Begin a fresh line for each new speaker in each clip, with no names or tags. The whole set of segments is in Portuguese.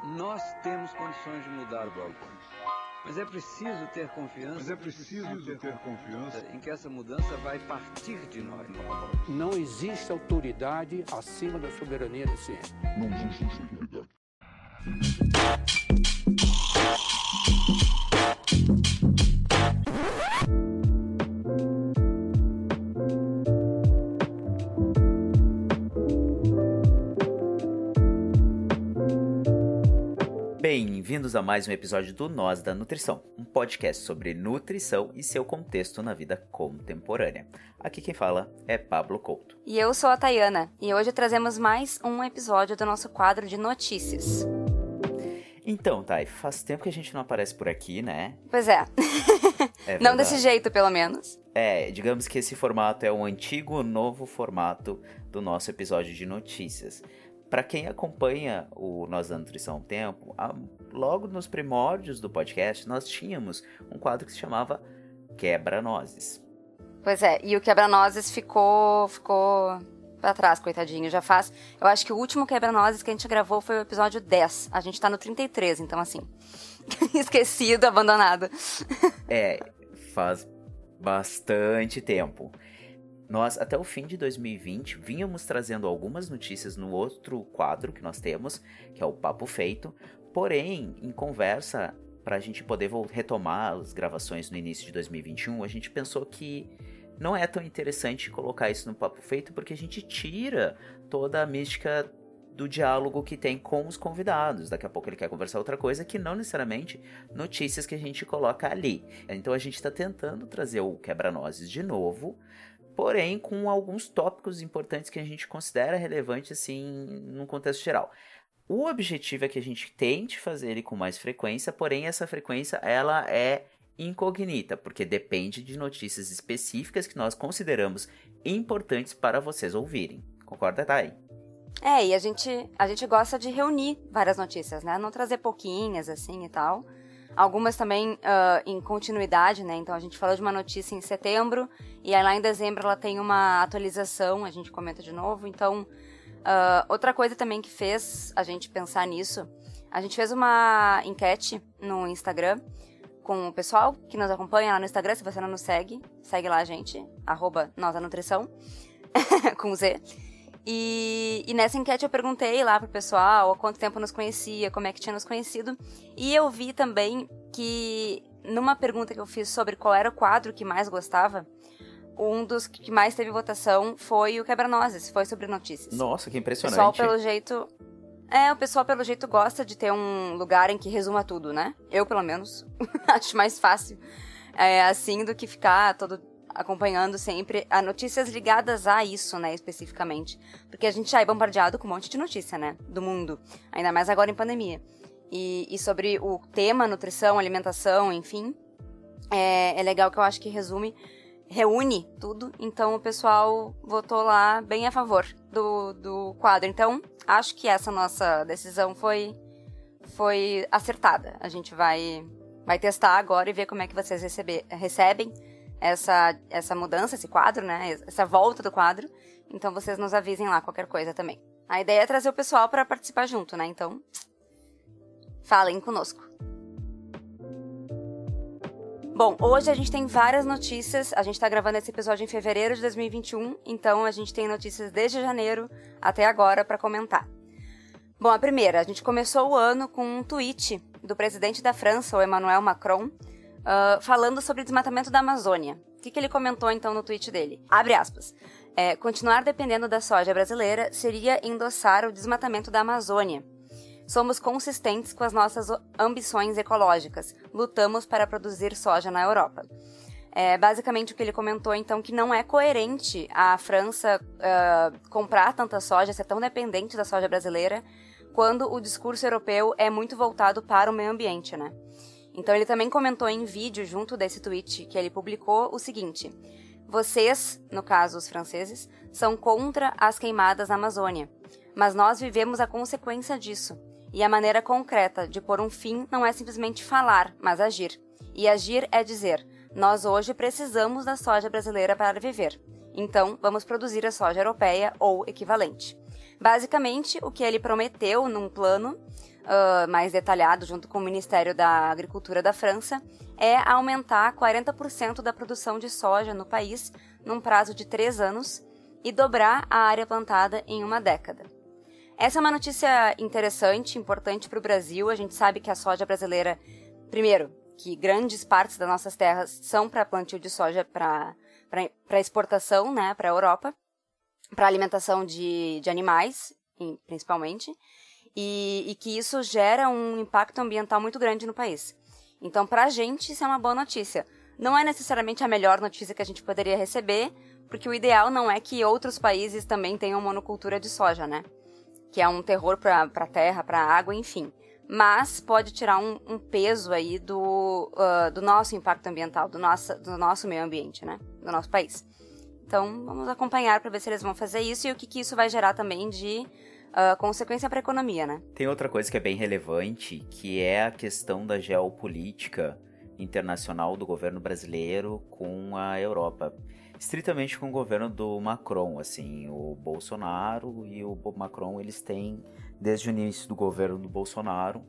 Nós temos condições de mudar o Balcão. Mas é preciso ter confiança. Em que essa mudança vai partir de nós.
Não existe autoridade acima da soberania da ciência.
Não existe autoridade.
Bem-vindos a mais um episódio do Nós da Nutrição, um podcast sobre nutrição e seu contexto na vida contemporânea. Aqui quem fala é Pablo Couto.
E eu sou a Tayana, e hoje trazemos mais um episódio do nosso quadro de notícias.
Então, Thay, faz tempo que a gente não aparece por aqui, né?
Pois é. Não desse jeito, pelo menos.
Digamos que esse formato é um antigo novo formato do nosso episódio de notícias. Para quem acompanha o Nós da Nutrição há um tempo, logo nos primórdios do podcast, nós tínhamos um quadro que se chamava Quebra-Nozes.
Pois é, e o Quebra-Nozes ficou pra trás, coitadinho. Eu acho que o último Quebra-Nozes que a gente gravou foi o episódio 10. A gente tá no 33, então assim, esquecido, abandonado.
Faz bastante tempo. Nós, até o fim de 2020, vínhamos trazendo algumas notícias no outro quadro que nós temos, que é o Papo Feito. Porém, em conversa, para a gente poder retomar as gravações no início de 2021, a gente pensou que não é tão interessante colocar isso no Papo Feito, porque a gente tira toda a mística do diálogo que tem com os convidados. Daqui a pouco ele quer conversar outra coisa que não necessariamente notícias que a gente coloca ali. Então a gente está tentando trazer o Quebra-Nozes de novo, porém com alguns tópicos importantes que a gente considera relevantes assim, num contexto geral. O objetivo é que a gente tente fazer ele com mais frequência, porém essa frequência ela é incognita, porque depende de notícias específicas que nós consideramos importantes para vocês ouvirem. Concorda, Thay?
E a gente gosta de reunir várias notícias, né? Não trazer pouquinhas, assim, e tal. Algumas também em continuidade, né? Então a gente falou de uma notícia em setembro e aí lá em dezembro ela tem uma atualização, a gente comenta de novo. Então, outra coisa também que fez a gente pensar nisso, a gente fez uma enquete no Instagram com o pessoal que nos acompanha lá no Instagram. Se você não nos segue lá a gente, @nosanutrição, com Z. E nessa enquete eu perguntei lá pro pessoal há quanto tempo nos conhecia, como é que tinha nos conhecido. E eu vi também que, numa pergunta que eu fiz sobre qual era o quadro que mais gostava, um dos que mais teve votação foi o Quebra-Nozes, foi sobre notícias.
Nossa, que impressionante.
O pessoal pelo jeito gosta de ter um lugar em que resuma tudo, né? Eu, pelo menos, acho mais fácil assim do que ficar acompanhando sempre as notícias ligadas a isso, né, especificamente. Porque a gente já é bombardeado com um monte de notícia, né, do mundo. Ainda mais agora em pandemia. E sobre o tema nutrição, alimentação, enfim, é legal que eu acho que reúne tudo. Então o pessoal votou lá bem a favor do quadro. Então, acho que essa nossa decisão foi acertada. A gente vai testar agora e ver como é que vocês recebem essa mudança, esse quadro, né? Essa volta do quadro. Então vocês nos avisem lá qualquer coisa também. A ideia é trazer o pessoal para participar junto, né? Então, falem conosco. Bom, hoje a gente tem várias notícias. A gente tá gravando esse episódio em fevereiro de 2021, então a gente tem notícias desde janeiro até agora para comentar. Bom, a primeira, a gente começou o ano com um tweet do presidente da França, o Emmanuel Macron, falando sobre o desmatamento da Amazônia. O que ele comentou, então, no tweet dele? Abre aspas. Continuar dependendo da soja brasileira seria endossar o desmatamento da Amazônia. Somos consistentes com as nossas ambições ecológicas. Lutamos para produzir soja na Europa. Basicamente, o que ele comentou, então, que não é coerente a França comprar tanta soja, ser tão dependente da soja brasileira, quando o discurso europeu é muito voltado para o meio ambiente, né? Então ele também comentou em vídeo, junto desse tweet que ele publicou, o seguinte: vocês, no caso os franceses, são contra as queimadas na Amazônia, mas nós vivemos a consequência disso. E a maneira concreta de pôr um fim não é simplesmente falar, mas agir. E agir é dizer: nós hoje precisamos da soja brasileira para viver. Então, vamos produzir a soja europeia ou equivalente. Basicamente, o que ele prometeu num plano mais detalhado, junto com o Ministério da Agricultura da França, é aumentar 40% da produção de soja no país num prazo de 3 anos e dobrar a área plantada em uma década. Essa é uma notícia interessante, importante para o Brasil. A gente sabe que a soja brasileira, primeiro, que grandes partes das nossas terras são para plantio de soja para exportação, né, para a Europa, para alimentação de animais, principalmente, e que isso gera um impacto ambiental muito grande no país. Então, para a gente, isso é uma boa notícia. Não é necessariamente a melhor notícia que a gente poderia receber, porque o ideal não é que outros países também tenham monocultura de soja, né? Que é um terror para a terra, para a água, enfim. Mas pode tirar um peso aí do nosso impacto ambiental, do nosso meio ambiente, né? Do nosso país. Então, vamos acompanhar para ver se eles vão fazer isso e o que isso vai gerar também de consequência para a economia, né?
Tem outra coisa que é bem relevante, que é a questão da geopolítica internacional do governo brasileiro com a Europa. Estritamente com o governo do Macron, assim, o Bolsonaro e o Macron, eles têm, desde o início do governo do Bolsonaro,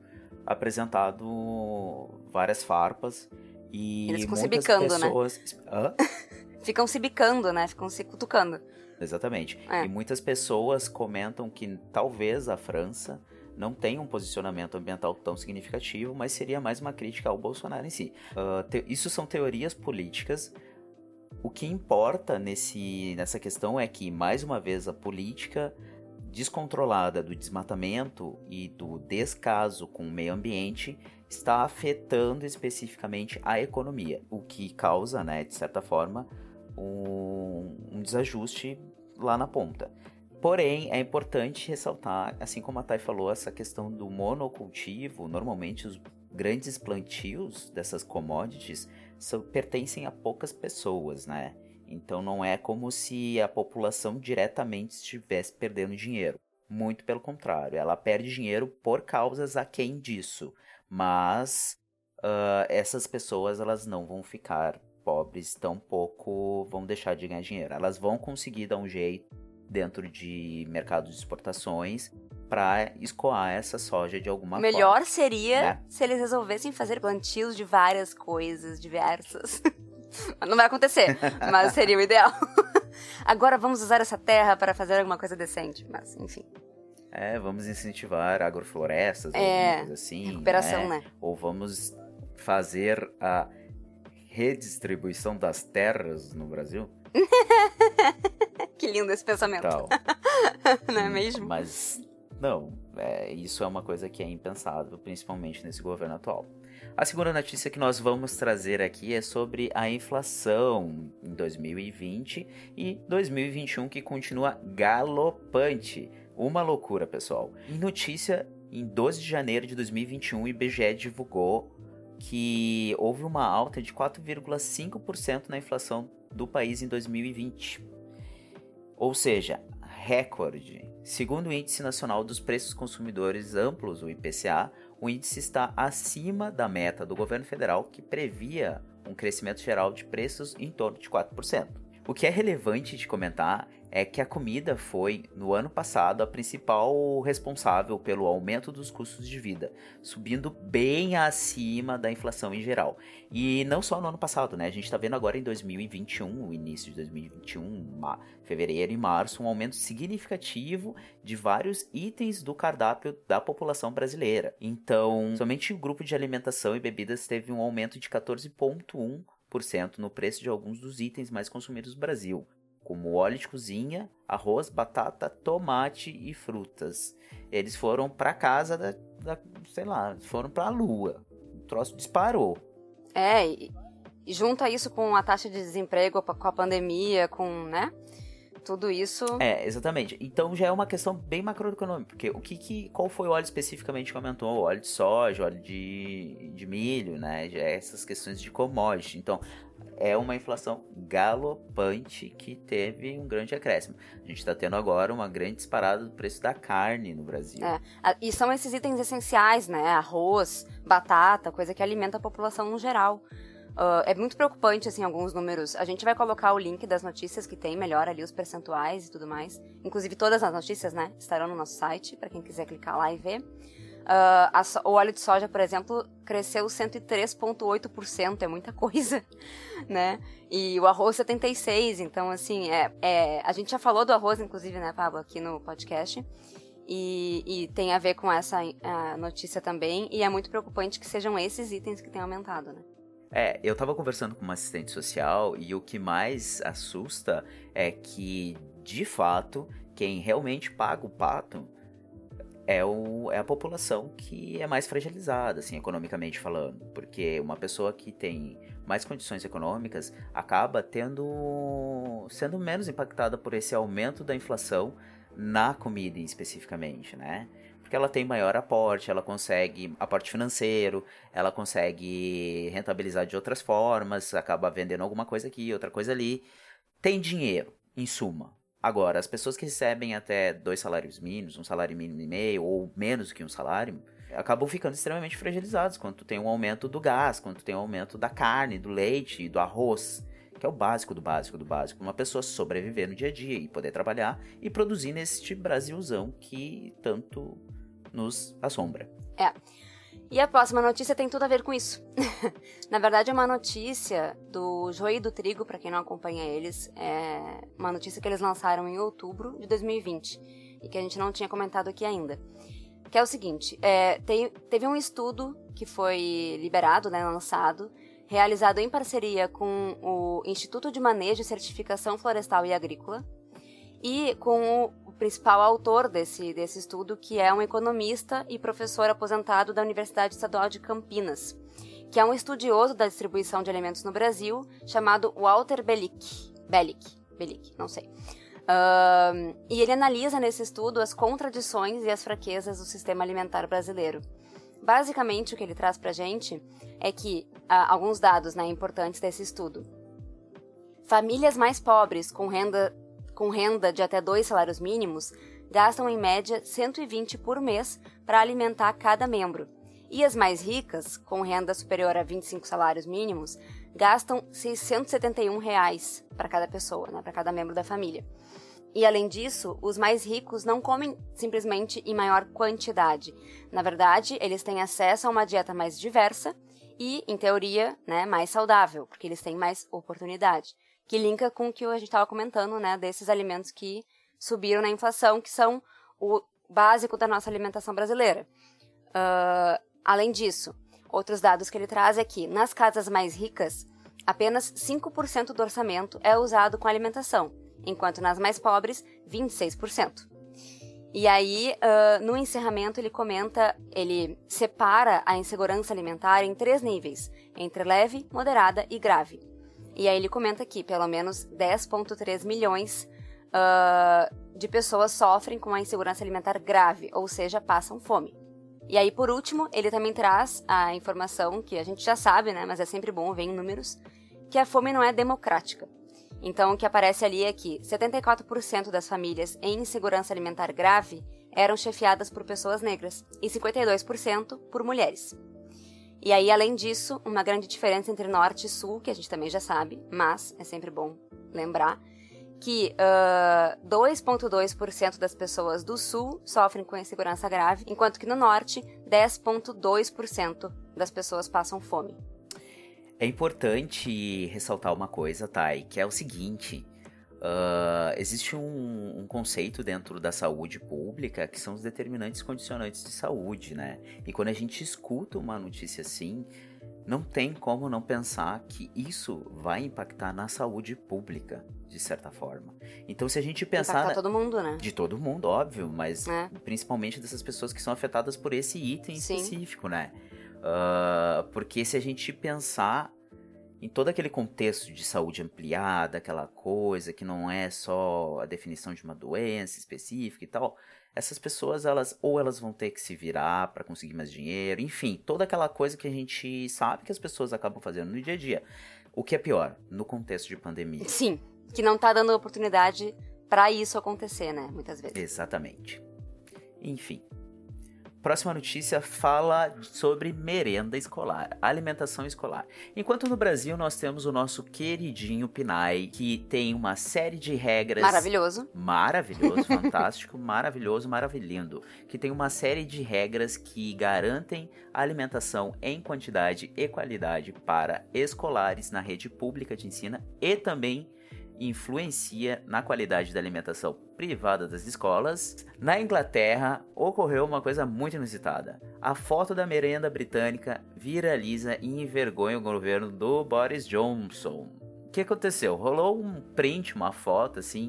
apresentado várias farpas e
eles ficam
muitas
se bicando,
pessoas...
né? Ficam se bicando, né? Ficam se cutucando.
Exatamente. E muitas pessoas comentam que talvez a França não tenha um posicionamento ambiental tão significativo, mas seria mais uma crítica ao Bolsonaro em si. Isso são teorias políticas. O que importa nessa questão é que, mais uma vez, a política descontrolada do desmatamento e do descaso com o meio ambiente está afetando especificamente a economia, o que causa, né, de certa forma, um desajuste lá na ponta. Porém, é importante ressaltar, assim como a Thay falou, essa questão do monocultivo. Normalmente os grandes plantios dessas commodities pertencem a poucas pessoas, né? Então não é como se a população diretamente estivesse perdendo dinheiro. Muito pelo contrário, ela perde dinheiro por causas aquém disso. Mas essas pessoas, elas não vão ficar pobres, tampouco vão deixar de ganhar dinheiro. Elas vão conseguir dar um jeito dentro de mercados de exportações para escoar essa soja de alguma forma.
Melhor seria, né, se eles resolvessem fazer plantios de várias coisas diversas. Não vai acontecer, mas seria o ideal. Agora vamos usar essa terra para fazer alguma coisa decente, mas enfim.
Vamos incentivar agroflorestas, ou coisa assim.
Recuperação, né?
Ou vamos fazer a redistribuição das terras no Brasil.
Que lindo esse pensamento.
Tal.
Não é mesmo?
Mas, não, isso é uma coisa que é impensável, principalmente nesse governo atual. A segunda notícia que nós vamos trazer aqui é sobre a inflação em 2020 e 2021, que continua galopante. Uma loucura, pessoal. Em notícia, em 12 de janeiro de 2021, o IBGE divulgou que houve uma alta de 4,5% na inflação do país em 2020. Ou seja, recorde. Segundo o Índice Nacional dos Preços Consumidores Amplos, o IPCA, o índice está acima da meta do governo federal, que previa um crescimento geral de preços em torno de 4%. O que é relevante de comentar é que a comida foi, no ano passado, a principal responsável pelo aumento dos custos de vida, subindo bem acima da inflação em geral. E não só no ano passado, né? A gente está vendo agora em 2021, o início de 2021, fevereiro e março, um aumento significativo de vários itens do cardápio da população brasileira. Então, somente o grupo de alimentação e bebidas teve um aumento de 14,1% no preço de alguns dos itens mais consumidos no Brasil, como óleo de cozinha, arroz, batata, tomate e frutas. Eles foram para casa foram para a lua. O troço disparou.
E junta isso com a taxa de desemprego, com a pandemia, com, né? Tudo isso...
Exatamente. Então já é uma questão bem macroeconômica, porque qual foi o óleo especificamente que aumentou? Óleo de soja, óleo de milho, né? Já essas questões de commodity. Então, é uma inflação galopante que teve um grande acréscimo. A gente está tendo agora uma grande disparada do preço da carne no Brasil.
E são esses itens essenciais, né? Arroz, batata, coisa que alimenta a população no geral. É muito preocupante, assim, alguns números. A gente vai colocar o link das notícias que tem melhor ali, os percentuais e tudo mais. Inclusive, todas as notícias, né, estarão no nosso site, para quem quiser clicar lá e ver. O óleo de soja, por exemplo, cresceu 103,8%, é muita coisa, né? E o arroz 76%, então, assim, a gente já falou do arroz, inclusive, né, Pablo, aqui no podcast. E tem a ver com essa notícia também, e é muito preocupante que sejam esses itens que tenham aumentado, né?
Eu tava conversando com uma assistente social e o que mais assusta é que, de fato, quem realmente paga o pato é a população que é mais fragilizada, assim, economicamente falando. Porque uma pessoa que tem mais condições econômicas acaba sendo menos impactada por esse aumento da inflação na comida especificamente, né? Porque ela tem maior aporte, ela consegue aporte financeiro, ela consegue rentabilizar de outras formas, acaba vendendo alguma coisa aqui, outra coisa ali. Tem dinheiro, em suma. Agora, as pessoas que recebem até 2 salários mínimos, 1 salário mínimo e meio, ou menos que 1 salário, acabam ficando extremamente fragilizados quando tem um aumento do gás, quando tem um aumento da carne, do leite, do arroz, que é o básico do básico do básico. Uma pessoa sobreviver no dia a dia e poder trabalhar e produzir neste Brasilzão que tanto nos assombra.
E a próxima notícia tem tudo a ver com isso. Na verdade, é uma notícia do Joio e do Trigo, para quem não acompanha eles. É uma notícia que eles lançaram em outubro de 2020 e que a gente não tinha comentado aqui ainda. Que é o seguinte, teve um estudo que foi liberado, né, lançado, realizado em parceria com o Instituto de Manejo e Certificação Florestal e Agrícola e com o principal autor desse estudo, que é um economista e professor aposentado da Universidade Estadual de Campinas, que é um estudioso da distribuição de alimentos no Brasil, chamado Walter Belick, não sei. E ele analisa nesse estudo as contradições e as fraquezas do sistema alimentar brasileiro. Basicamente, o que ele traz pra gente é que, alguns dados, né, importantes desse estudo. Famílias mais pobres com renda de até 2 salários mínimos gastam em média 120 por mês para alimentar cada membro. E as mais ricas, com renda superior a 25 salários mínimos, gastam R$ 671 para cada pessoa, né, para cada membro da família. E, além disso, os mais ricos não comem simplesmente em maior quantidade. Na verdade, eles têm acesso a uma dieta mais diversa e, em teoria, né, mais saudável, porque eles têm mais oportunidade. Que linka com o que a gente estava comentando, né, desses alimentos que subiram na inflação, que são o básico da nossa alimentação brasileira. Além disso, outros dados que ele traz é que, nas casas mais ricas, apenas 5% do orçamento é usado com alimentação, enquanto nas mais pobres, 26%. E aí, no encerramento, ele separa a insegurança alimentar em 3 níveis, entre leve, moderada e grave. E aí ele comenta que pelo menos 10,3 milhões de pessoas sofrem com a insegurança alimentar grave, ou seja, passam fome. E aí, por último, ele também traz a informação que a gente já sabe, né, mas é sempre bom ver em números, que a fome não é democrática. Então, o que aparece ali é que 74% das famílias em insegurança alimentar grave eram chefiadas por pessoas negras e 52% por mulheres. E aí, além disso, uma grande diferença entre norte e sul, que a gente também já sabe, mas é sempre bom lembrar, que 2,2% das pessoas do sul sofrem com insegurança grave, enquanto que no norte, 10,2% das pessoas passam fome.
É importante ressaltar uma coisa, Thay, que é o seguinte, existe um conceito dentro da saúde pública que são os determinantes condicionantes de saúde, né? E quando a gente escuta uma notícia assim, não tem como não pensar que isso vai impactar na saúde pública, de certa forma. Então, se a gente pensar...
Impactar todo mundo, né?
De todo mundo, óbvio, mas principalmente dessas pessoas que são afetadas por esse item específico, né? Porque se a gente pensar em todo aquele contexto de saúde ampliada, aquela coisa que não é só a definição de uma doença específica e tal, essas pessoas, elas vão ter que se virar para conseguir mais dinheiro, enfim, toda aquela coisa que a gente sabe que as pessoas acabam fazendo no dia a dia. O que é pior, no contexto de pandemia.
Sim, que não tá dando oportunidade para isso acontecer, né, muitas vezes.
Exatamente. Enfim. próxima notícia fala sobre merenda escolar, alimentação escolar. Enquanto no Brasil nós temos o nosso queridinho PNAE, que tem uma série de regras...
Maravilhoso,
fantástico, maravilhoso, maravilhindo. Que tem uma série de regras que garantem a alimentação em quantidade e qualidade para escolares na rede pública de ensino e também influencia na qualidade da alimentação privada das escolas. Na Inglaterra, ocorreu uma coisa muito inusitada. A foto da merenda britânica viraliza e envergonha o governo do Boris Johnson. O que aconteceu? Rolou um print, uma foto, assim,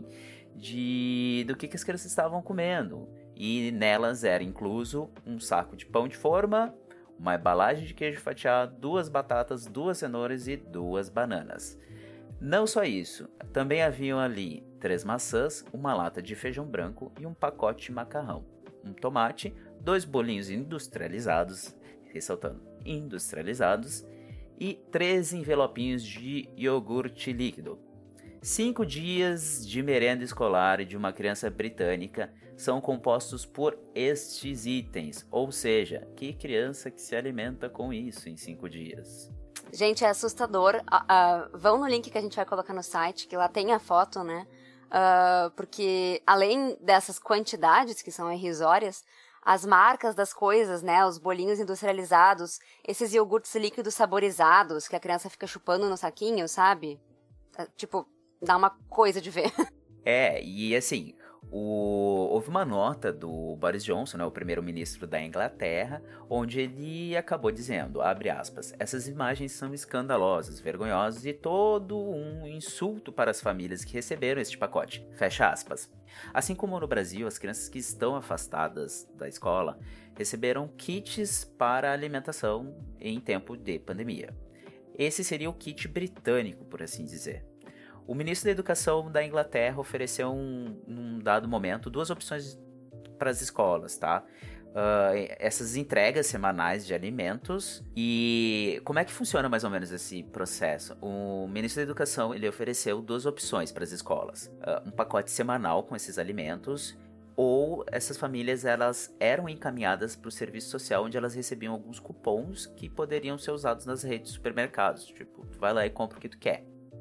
do que as crianças estavam comendo. E nelas era incluso um saco de pão de forma, uma embalagem de queijo fatiado, 2 batatas, 2 cenouras e 2 bananas. Não só isso, também haviam ali 3 maçãs, uma lata de feijão branco e um pacote de macarrão, um tomate, 2 bolinhos industrializados, ressaltando, industrializados, e 3 envelopinhos de iogurte líquido. 5 dias de merenda escolar de uma criança britânica são compostos por estes itens, ou seja, que criança que se alimenta com isso em 5 dias?
Gente, é assustador. Vão no link que a gente vai colocar no site, que lá tem a foto, né? Porque além dessas quantidades que são irrisórias, as marcas das coisas, né? Os bolinhos industrializados, esses iogurtes líquidos saborizados que a criança fica chupando no saquinho, sabe? Tipo, dá uma coisa de ver.
E assim, houve uma nota do Boris Johnson, né, o primeiro-ministro da Inglaterra, onde ele acabou dizendo, abre aspas, essas imagens são escandalosas, vergonhosas e todo um insulto para as famílias que receberam este pacote, fecha aspas. Assim como no Brasil, as crianças que estão afastadas da escola receberam kits para alimentação em tempo de pandemia. Esse seria o kit britânico, por assim dizer. O ministro da Educação da Inglaterra ofereceu, num dado momento, 2 opções para as escolas, tá? Essas entregas semanais de alimentos. E como é que funciona mais ou menos esse processo? O ministro da Educação ele ofereceu 2 opções para as escolas. Um pacote semanal com esses alimentos, ou essas famílias elas eram encaminhadas para o serviço social, onde elas recebiam alguns cupons que poderiam ser usados nas redes de supermercados. Tipo, tu vai lá e compra o que tu quer.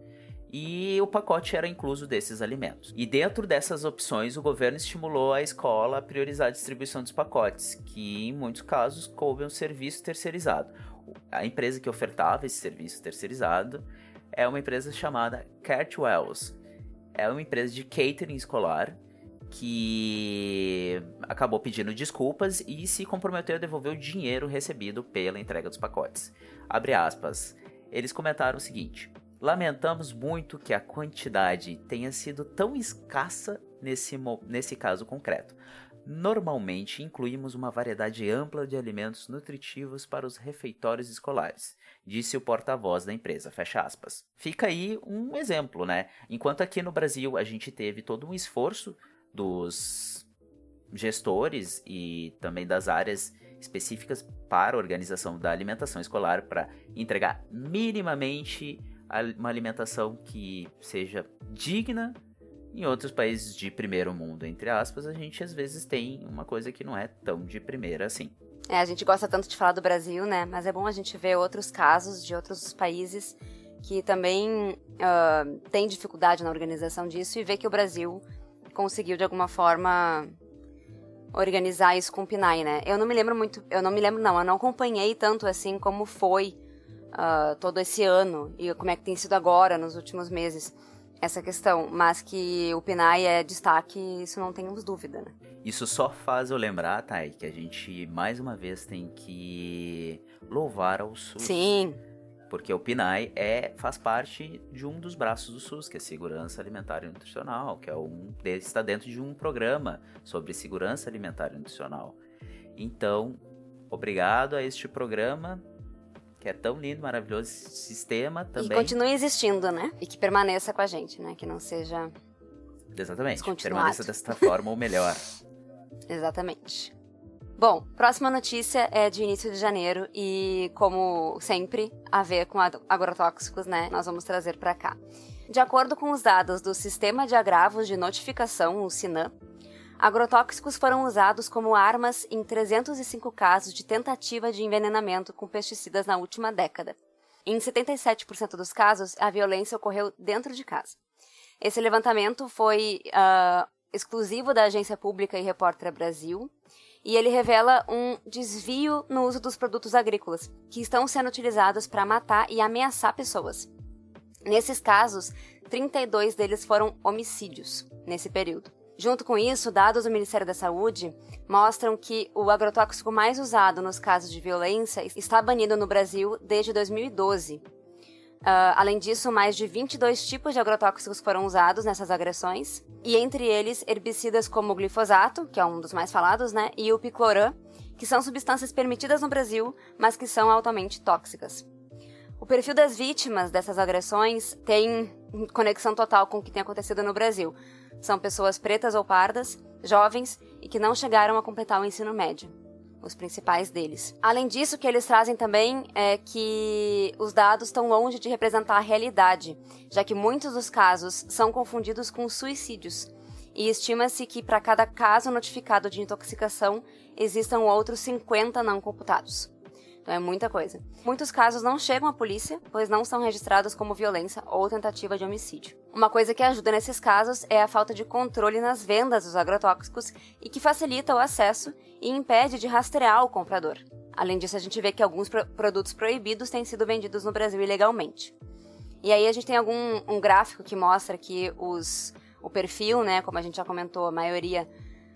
E o pacote era incluso desses alimentos. E dentro dessas opções, o governo estimulou a escola a priorizar a distribuição dos pacotes, que em muitos casos coube um serviço terceirizado. A empresa que ofertava esse serviço terceirizado é uma empresa chamada Cartwells. É uma empresa de catering escolar que acabou pedindo desculpas e se comprometeu a devolver o dinheiro recebido pela entrega dos pacotes. Abre aspas. Eles comentaram o seguinte: lamentamos muito que a quantidade tenha sido tão escassa nesse caso concreto. Normalmente incluímos uma variedade ampla de alimentos nutritivos para os refeitórios escolares, disse o porta-voz da empresa, fecha aspas. Fica aí um exemplo, né? Enquanto aqui no Brasil a gente teve todo um esforço dos gestores e também das áreas específicas para a organização da alimentação escolar para entregar minimamente uma alimentação que seja digna. Em outros países de primeiro mundo, entre aspas, a gente às vezes tem uma coisa que não é tão de primeira assim.
A gente gosta tanto de falar do Brasil, né? Mas é bom a gente ver outros casos de outros países que também têm dificuldade na organização disso e ver que o Brasil conseguiu de alguma forma organizar isso com o PNAE, né? Eu não acompanhei tanto assim como foi todo esse ano e como é que tem sido agora, nos últimos meses, essa questão, mas que o PNAE é destaque, isso não temos dúvida, né?
Isso só faz eu lembrar, Thay, que a gente mais uma vez tem que louvar ao SUS.
Sim.
Porque o PNAE faz parte de um dos braços do SUS, que é Segurança Alimentar e Nutricional, que está dentro de um programa sobre segurança alimentar e nutricional. Então, obrigado a este programa, que é tão lindo, maravilhoso, esse sistema também.
E continue existindo, né? E que permaneça com a gente, né? Que não seja
Exatamente, permaneça desta forma ou melhor.
Exatamente. Bom, próxima notícia é de início de janeiro e, como sempre, a ver com agrotóxicos, né? Nós vamos trazer para cá. De acordo com os dados do Sistema de Agravos de Notificação, o SINAM, Agrotóxicos foram usados como armas em 305 casos de tentativa de envenenamento com pesticidas na última década. Em 77% dos casos, a violência ocorreu dentro de casa. Esse levantamento foi exclusivo da Agência Pública e Repórter Brasil, e ele revela um desvio no uso dos produtos agrícolas, que estão sendo utilizados para matar e ameaçar pessoas. Nesses casos, 32 deles foram homicídios nesse período. Junto com isso, dados do Ministério da Saúde mostram que o agrotóxico mais usado nos casos de violência está banido no Brasil desde 2012. Além disso, mais de 22 tipos de agrotóxicos foram usados nessas agressões, e entre eles herbicidas como o glifosato, que é um dos mais falados, né, e o picloram, que são substâncias permitidas no Brasil, mas que são altamente tóxicas. O perfil das vítimas dessas agressões tem conexão total com o que tem acontecido no Brasil. São pessoas pretas ou pardas, jovens e que não chegaram a completar o ensino médio. Os principais deles. Além disso, o que eles trazem também é que os dados estão longe de representar a realidade, já que muitos dos casos são confundidos com suicídios, e estima-se que para cada caso notificado de intoxicação existam outros 50 não computados. Então é muita coisa. Muitos casos não chegam à polícia, pois não são registrados como violência ou tentativa de homicídio. Uma coisa que ajuda nesses casos é a falta de controle nas vendas dos agrotóxicos e que facilita o acesso e impede de rastrear o comprador. Além disso, a gente vê que alguns produtos proibidos têm sido vendidos no Brasil ilegalmente. E aí a gente tem um gráfico que mostra que o perfil, né, como a gente já comentou, a maioria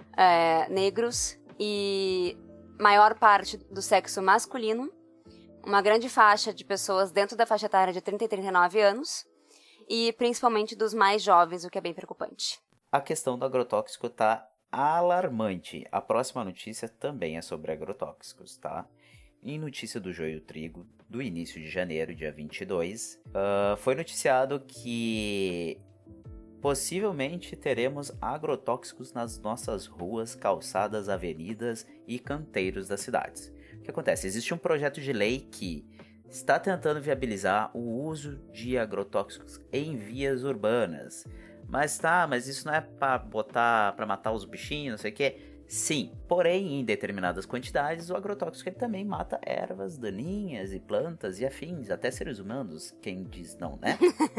negros e maior parte do sexo masculino, uma grande faixa de pessoas dentro da faixa etária de 30 e 39 anos, e principalmente dos mais jovens, o que é bem preocupante.
A questão do agrotóxico está alarmante. A próxima notícia também é sobre agrotóxicos, tá? Em notícia do Joio Trigo, do início de janeiro, dia 22, foi noticiado que possivelmente teremos agrotóxicos nas nossas ruas, calçadas, avenidas e canteiros das cidades. O que acontece? Existe um projeto de lei que está tentando viabilizar o uso de agrotóxicos em vias urbanas. Mas isso não é para matar os bichinhos, não sei o que. Sim, porém, em determinadas quantidades, o agrotóxico ele também mata ervas daninhas e plantas e afins, até seres humanos, quem diz não, né?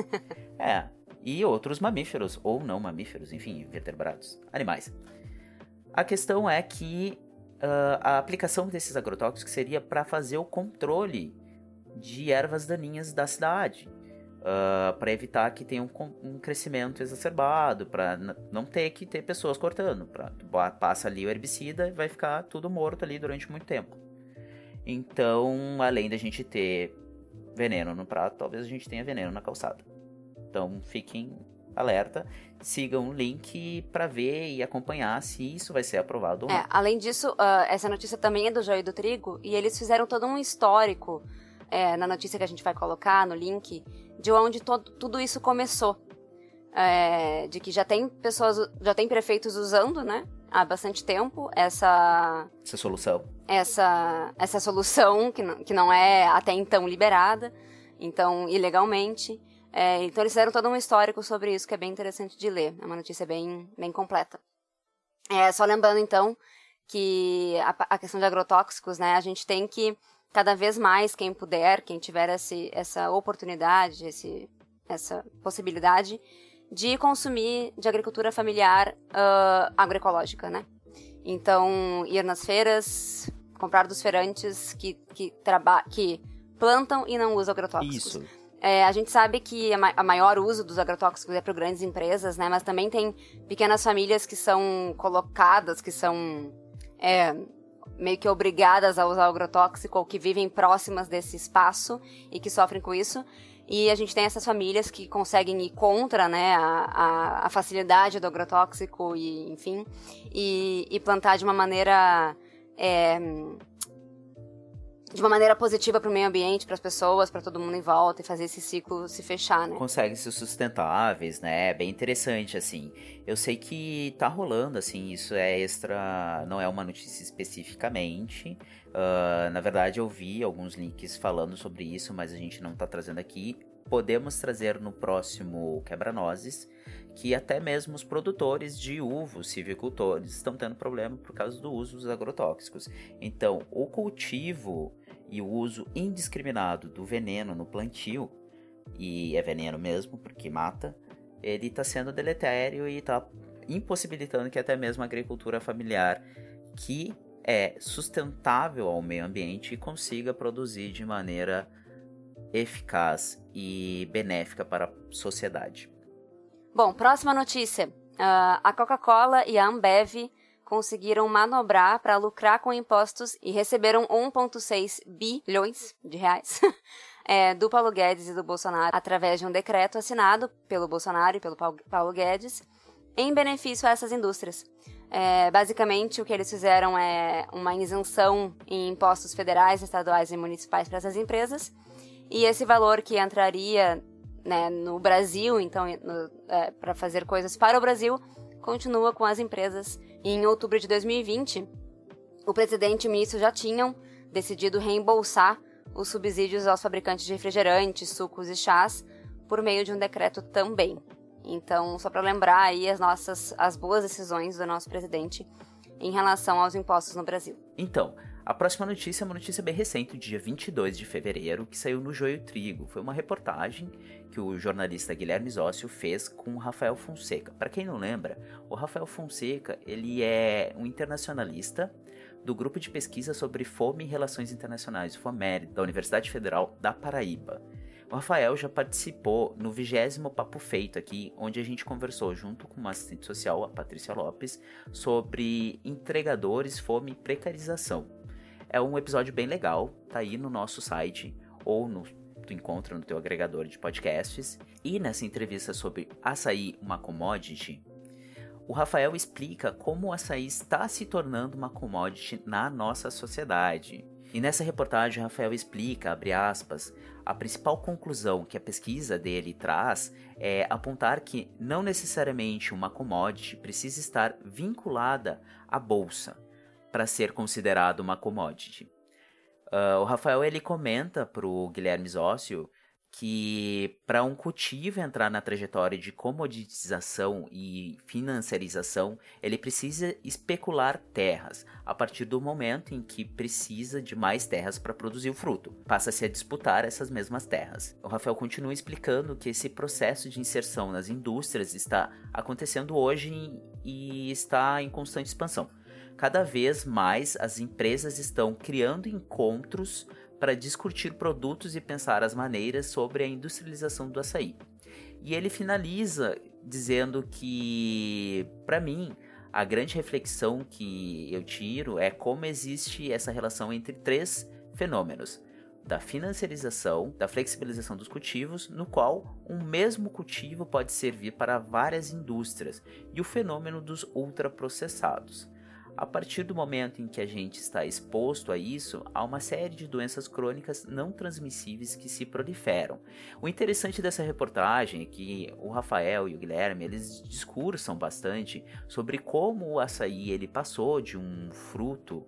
E outros mamíferos, ou não mamíferos, enfim, vertebrados, animais. A questão é que a aplicação desses agrotóxicos seria para fazer o controle de ervas daninhas da cidade, para evitar que tenha um crescimento exacerbado, para não ter que ter pessoas cortando. Passa ali o herbicida e vai ficar tudo morto ali durante muito tempo. Então, além da gente ter veneno no prato, talvez a gente tenha veneno na calçada. Então, fiquem alerta, sigam o link para ver e acompanhar se isso vai ser aprovado ou não.
Além disso, essa notícia também é do Joio do Trigo, e eles fizeram todo um histórico na notícia que a gente vai colocar no link, de onde tudo isso começou. De que já tem prefeitos usando, né, há bastante tempo essa solução. Essa solução que não é até então liberada, então ilegalmente. Então eles fizeram todo um histórico sobre isso que é bem interessante de ler. É uma notícia bem, bem completa. Só lembrando então que a questão de agrotóxicos, né, a gente tem que cada vez mais, quem puder, quem tiver essa oportunidade, essa possibilidade de consumir de agricultura familiar agroecológica, né? Então, ir nas feiras, comprar dos feirantes que plantam e não usam agrotóxicos.
Isso.
A gente sabe que a maior uso dos agrotóxicos é para grandes empresas, né? Mas também tem pequenas famílias que são colocadas, que são meio que obrigadas a usar o agrotóxico ou que vivem próximas desse espaço e que sofrem com isso. E a gente tem essas famílias que conseguem ir contra, né, a facilidade do agrotóxico e, enfim, e plantar de uma maneira positiva para o meio ambiente, para as pessoas, para todo mundo em volta, e fazer esse ciclo se fechar, né?
Conseguem ser sustentáveis, né? É bem interessante, assim. Eu sei que tá rolando, assim, isso é extra, não é uma notícia especificamente. Na verdade, eu vi alguns links falando sobre isso, mas a gente não tá trazendo aqui. podemos trazer no próximo Quebra-Nozes que até mesmo os produtores de uva, os silvicultores, estão tendo problema por causa do uso dos agrotóxicos. Então, o cultivo e o uso indiscriminado do veneno no plantio, e é veneno mesmo, porque mata, ele está sendo deletério e está impossibilitando que até mesmo a agricultura familiar, que é sustentável ao meio ambiente, consiga produzir de maneira eficaz e benéfica para a sociedade.
Bom, próxima notícia. A Coca-Cola e a Ambev conseguiram manobrar para lucrar com impostos e receberam 1,6 bilhões de reais do Paulo Guedes e do Bolsonaro através de um decreto assinado pelo Bolsonaro e pelo Paulo Guedes em benefício a essas indústrias. Basicamente, o que eles fizeram é uma isenção em impostos federais, estaduais e municipais para essas empresas, e esse valor que entraria, né, no Brasil, então, para fazer coisas para o Brasil, continua com as empresas. E em outubro de 2020, o presidente e o ministro já tinham decidido reembolsar os subsídios aos fabricantes de refrigerantes, sucos e chás por meio de um decreto também. Então, só para lembrar aí as boas decisões do nosso presidente em relação aos impostos no Brasil.
Então, a próxima notícia é uma notícia bem recente, dia 22 de fevereiro, que saiu no Joio Trigo. Foi uma reportagem que o jornalista Guilherme Zósio fez com o Rafael Fonseca. Para quem não lembra, o Rafael Fonseca, ele é um internacionalista do Grupo de Pesquisa sobre Fome e Relações Internacionais, o FOMER, da Universidade Federal da Paraíba. O Rafael já participou no 20º Papo Feito aqui, onde a gente conversou junto com uma assistente social, a Patrícia Lopes, sobre entregadores, fome e precarização. É um episódio bem legal, tá aí no nosso site ou tu encontra no teu agregador de podcasts. E nessa entrevista sobre açaí, uma commodity, o Rafael explica como o açaí está se tornando uma commodity na nossa sociedade. E nessa reportagem o Rafael explica, abre aspas, a principal conclusão que a pesquisa dele traz é apontar que não necessariamente uma commodity precisa estar vinculada à bolsa para ser considerado uma commodity. O Rafael ele comenta para o Guilherme Zósio que para um cultivo entrar na trajetória de comoditização e financiarização, ele precisa especular terras a partir do momento em que precisa de mais terras para produzir o fruto. Passa-se a disputar essas mesmas terras. O Rafael continua explicando que esse processo de inserção nas indústrias está acontecendo hoje e está em constante expansão. Cada vez mais as empresas estão criando encontros para discutir produtos e pensar as maneiras sobre a industrialização do açaí. E ele finaliza dizendo que, para mim, a grande reflexão que eu tiro é como existe essa relação entre três fenômenos: da financiarização, da flexibilização dos cultivos, no qual um mesmo cultivo pode servir para várias indústrias, e o fenômeno dos ultraprocessados. A partir do momento em que a gente está exposto a isso, há uma série de doenças crônicas não transmissíveis que se proliferam. O interessante dessa reportagem é que o Rafael e o Guilherme, eles discursam bastante sobre como o açaí ele passou de um fruto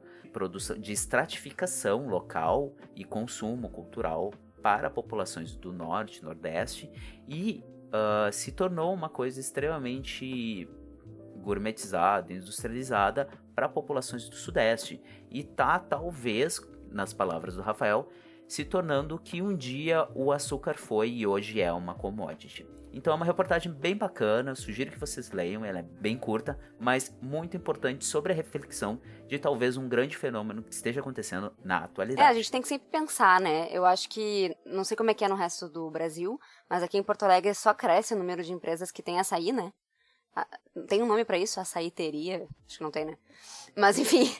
de estratificação local e consumo cultural para populações do Norte, Nordeste e se tornou uma coisa extremamente gourmetizada, industrializada para populações do Sudeste e talvez, nas palavras do Rafael, se tornando o que um dia o açúcar foi e hoje é uma commodity. Então é uma reportagem bem bacana, sugiro que vocês leiam, ela é bem curta, mas muito importante sobre a reflexão de talvez um grande fenômeno que esteja acontecendo na atualidade.
A gente tem que sempre pensar, né? Eu acho que, não sei como é que é no resto do Brasil, mas aqui em Porto Alegre só cresce o número de empresas que tem açaí, né? Tem um nome pra isso? Açaíteria? Acho que não tem, né? Mas enfim,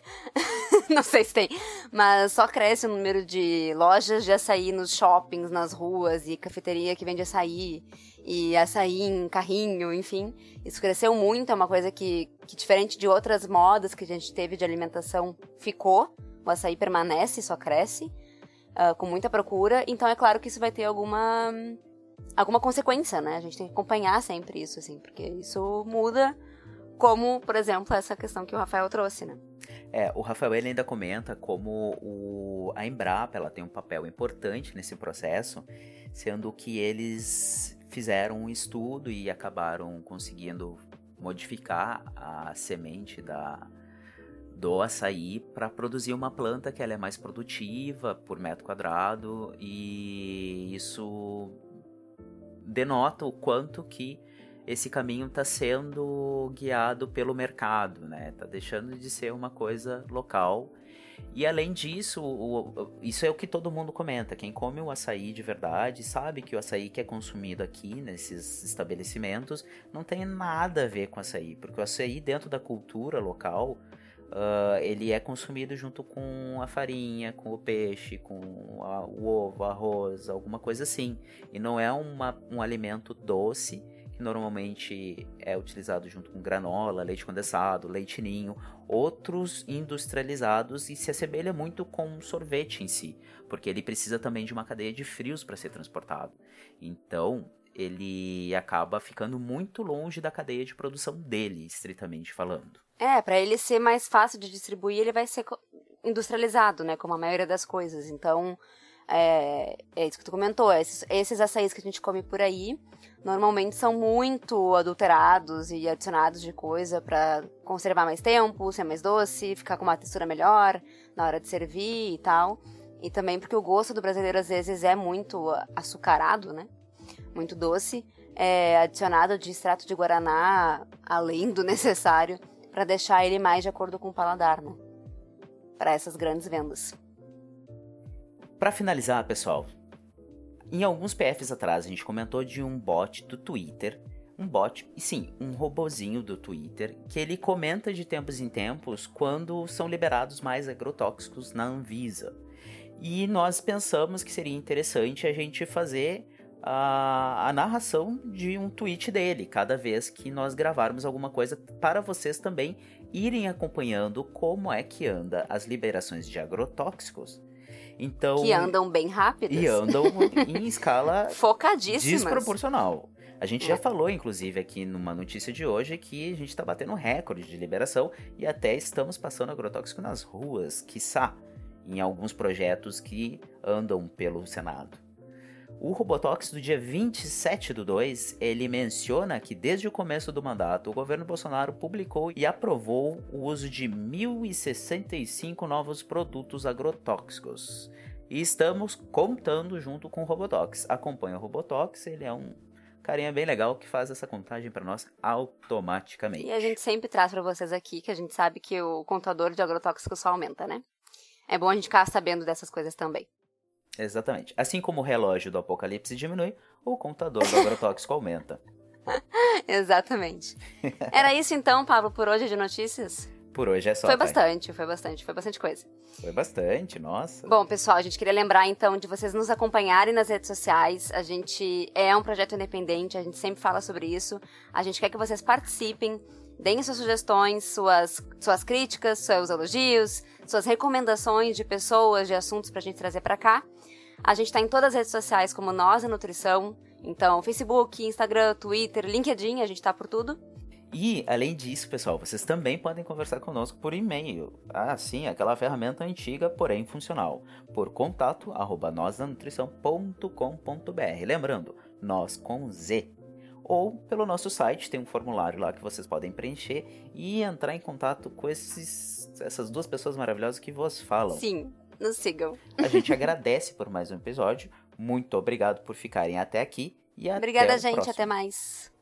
não sei se tem. Mas só cresce o número de lojas de açaí nos shoppings, nas ruas, e cafeteria que vende açaí, e açaí em carrinho, enfim. Isso cresceu muito, é uma coisa que diferente de outras modas que a gente teve de alimentação, ficou. O açaí permanece, só cresce, com muita procura. Então é claro que isso vai ter alguma consequência, né? A gente tem que acompanhar sempre isso, assim, porque isso muda, como, por exemplo, essa questão que o Rafael trouxe, né?
O Rafael ele ainda comenta como a Embrapa ela tem um papel importante nesse processo, sendo que eles fizeram um estudo e acabaram conseguindo modificar a semente do açaí para produzir uma planta que ela é mais produtiva por metro quadrado, e isso denota o quanto que esse caminho está sendo guiado pelo mercado, né? Tá deixando de ser uma coisa local. E além disso, isso é o que todo mundo comenta. Quem come o açaí de verdade sabe que o açaí que é consumido aqui nesses estabelecimentos não tem nada a ver com açaí, porque o açaí dentro da cultura local, ele é consumido junto com a farinha, com o peixe, com o ovo, arroz, alguma coisa assim. E não é um alimento doce, que normalmente é utilizado junto com granola, leite condensado, leite ninho, outros industrializados, e se assemelha muito com sorvete em si, porque ele precisa também de uma cadeia de frios para ser transportado. Então, ele acaba ficando muito longe da cadeia de produção dele, estritamente falando.
Para ele ser mais fácil de distribuir, ele vai ser industrializado, né, como a maioria das coisas. Então, é isso que tu comentou, esses açaís que a gente come por aí, normalmente são muito adulterados e adicionados de coisa para conservar mais tempo, ser mais doce, ficar com uma textura melhor na hora de servir e tal. E também porque o gosto do brasileiro às vezes é muito açucarado, né? Muito doce, adicionado de extrato de guaraná além do necessário para deixar ele mais de acordo com o paladar, né? Para essas grandes vendas.
Para finalizar, pessoal, em alguns PFs atrás a gente comentou de um bot do Twitter, um robozinho do Twitter, que ele comenta de tempos em tempos quando são liberados mais agrotóxicos na Anvisa. E nós pensamos que seria interessante a gente fazer a narração de um tweet dele, cada vez que nós gravarmos alguma coisa, para vocês também irem acompanhando como é que anda as liberações de agrotóxicos. Então,
que andam bem rápidas.
E andam em escala
focadíssimas,
desproporcional. A gente já falou, inclusive, aqui numa notícia de hoje, que a gente está batendo recorde de liberação e até estamos passando agrotóxico nas ruas, quiçá, em alguns projetos que andam pelo Senado. O Robotox do dia 27/2, ele menciona que desde o começo do mandato, o governo Bolsonaro publicou e aprovou o uso de 1.065 novos produtos agrotóxicos. E estamos contando junto com o Robotox. Acompanha o Robotox, ele é um carinha bem legal que faz essa contagem para nós automaticamente.
E a gente sempre traz para vocês aqui, que a gente sabe que o contador de agrotóxicos só aumenta, né? É bom a gente ficar sabendo dessas coisas também.
Exatamente. Assim como o relógio do apocalipse diminui, o contador do agrotóxico aumenta.
Exatamente. Era isso então, Pablo, por hoje de notícias?
Por hoje é só.
Foi bastante coisa.
Foi bastante, nossa.
Bom, pessoal, a gente queria lembrar então de vocês nos acompanharem nas redes sociais. A gente é um projeto independente, a gente sempre fala sobre isso. A gente quer que vocês participem, deem suas sugestões, suas críticas, seus elogios, suas recomendações de pessoas, de assuntos pra gente trazer pra cá. A gente tá em todas as redes sociais como Nós a Nutrição. Então, Facebook, Instagram, Twitter, LinkedIn, a gente tá por tudo.
E, além disso, pessoal, vocês também podem conversar conosco por e-mail. Sim, aquela ferramenta antiga, porém funcional. Por contato@nosanutrição.com.br. Lembrando, nós com Z. Ou pelo nosso site, tem um formulário lá que vocês podem preencher e entrar em contato com essas duas pessoas maravilhosas que vos falam.
Sim, nos sigam.
A gente agradece por mais um episódio. Muito obrigado por ficarem até aqui e
Obrigada,
até o
gente.
próximo.
Até mais.